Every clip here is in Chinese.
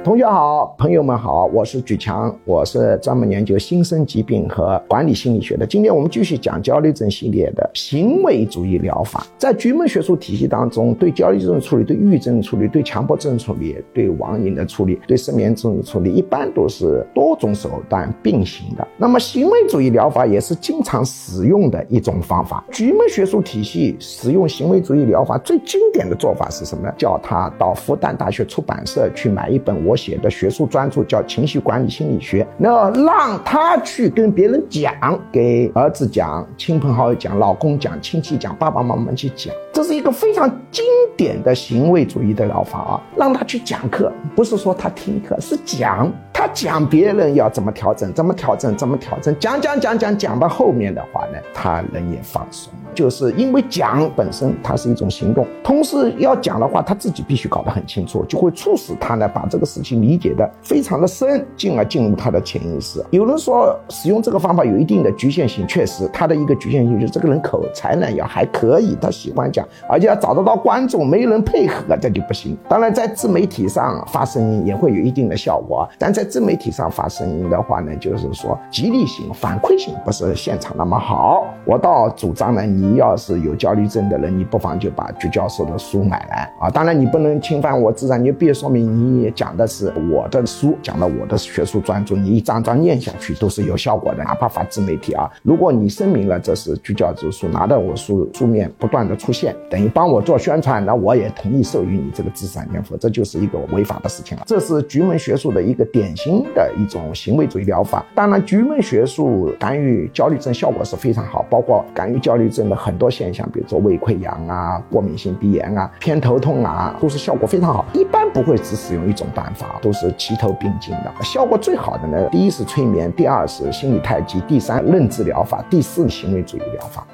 同学好，朋友们好，我是举强，我是专门研究新生疾病和管理心理学的。今天我们继续讲焦虑症系列的行为主义疗法。在局门学术体系当中，对焦虑症的处理、对抑郁症的处理、对强迫症的处理、对网瘾的处理、对失眠症的处理，一般都是多种手段并行的。那么行为主义疗法也是经常使用的一种方法。局门学术体系使用行为主义疗法最经典的做法是什么呢？叫他到复旦大学出版社去买一本我写的学术专著，叫《情绪管理心理学》，那让他去跟别人讲，给儿子讲，亲朋好友讲，老公讲，亲戚讲，爸爸妈妈去讲。这是一个非常经典的行为主义的疗法啊！让他去讲课，不是说他听课，是讲。他讲别人要怎么调整，怎么调整，怎么调整，讲到后面的话呢，他人也放松了。就是因为讲本身它是一种行动，同时要讲的话，他自己必须搞得很清楚，就会促使他呢把这个事情理解的非常的深，进而进入他的潜意识。有人说使用这个方法有一定的局限性，确实他的一个局限性就是这个人口才呢要还可以，他喜欢讲，而且要找得到观众，没人配合这就不行。当然在自媒体上发声音也会有一定的效果，但在自媒体上发声音的话呢，就是说激励性反馈性不是现场那么好。我倒主张呢，你要是有焦虑症的人，你不妨就把鞠教授的书买来啊。当然你不能侵犯我自然，你必须说明你讲的是我的书，讲了我的学术专著，你一张张念下去都是有效果的，哪怕发自媒体啊。如果你声明了这是鞠教授书，拿到我书面不断的出现，等于帮我做宣传，那我也同意授予你这个知识产权，否则就是一个违法的事情了。这是局门学术的一个典型的一种行为主义疗法。当然局门学术干预焦虑症效果是非常好，包括干预焦虑症的很多现象，比如说胃溃疡啊、过敏性鼻炎啊、偏头痛啊，都是效果非常好。一般不会只使用一种办法，都是齐头并进的。效果最好的呢，第一是催眠，第二是心理太极，第三认知疗法，第四行为主义疗法。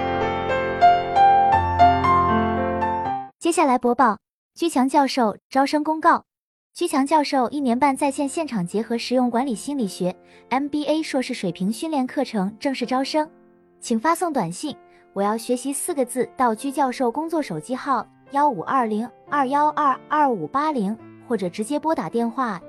接下来播报鞠强教授招生公告。鞠强教授1年半在线现场结合实用管理心理学 MBA 硕士水平训练课程正式招生，请发送短信我要学习4个字到鞠教授工作手机号152021222580，或者直接拨打电话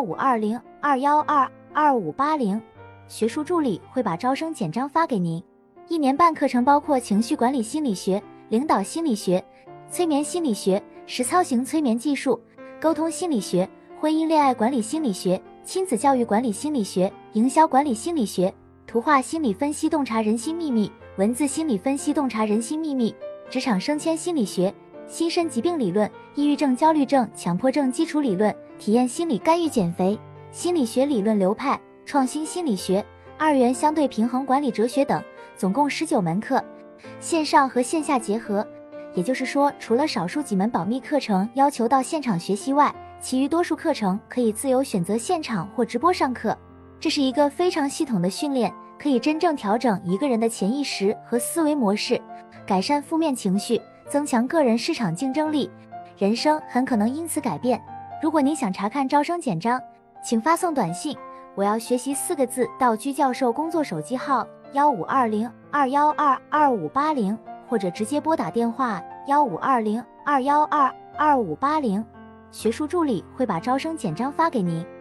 152021222580，学术助理会把招生简章发给您。1年半课程包括情绪管理心理学、领导心理学、催眠心理学、实操型催眠技术、沟通心理学、婚姻恋爱管理心理学、亲子教育管理心理学、营销管理心理学、图画心理分析洞察人心秘密、文字心理分析洞察人心秘密、职场升迁心理学、新生疾病理论、抑郁症、焦虑症、强迫症基础理论、体验心理干预减肥、心理学理论流派、创新心理学、2元相对平衡管理哲学等，总共19门课，线上和线下结合。也就是说，除了少数几门保密课程要求到现场学习外，其余多数课程可以自由选择现场或直播上课。这是一个非常系统的训练，可以真正调整一个人的潜意识和思维模式，改善负面情绪，增强个人市场竞争力，人生很可能因此改变。如果您想查看招生简章，请发送短信我要学习4个字到鞠教授工作手机号152021222580，或者直接拨打电话152021222580，学术助理会把招生简章发给您。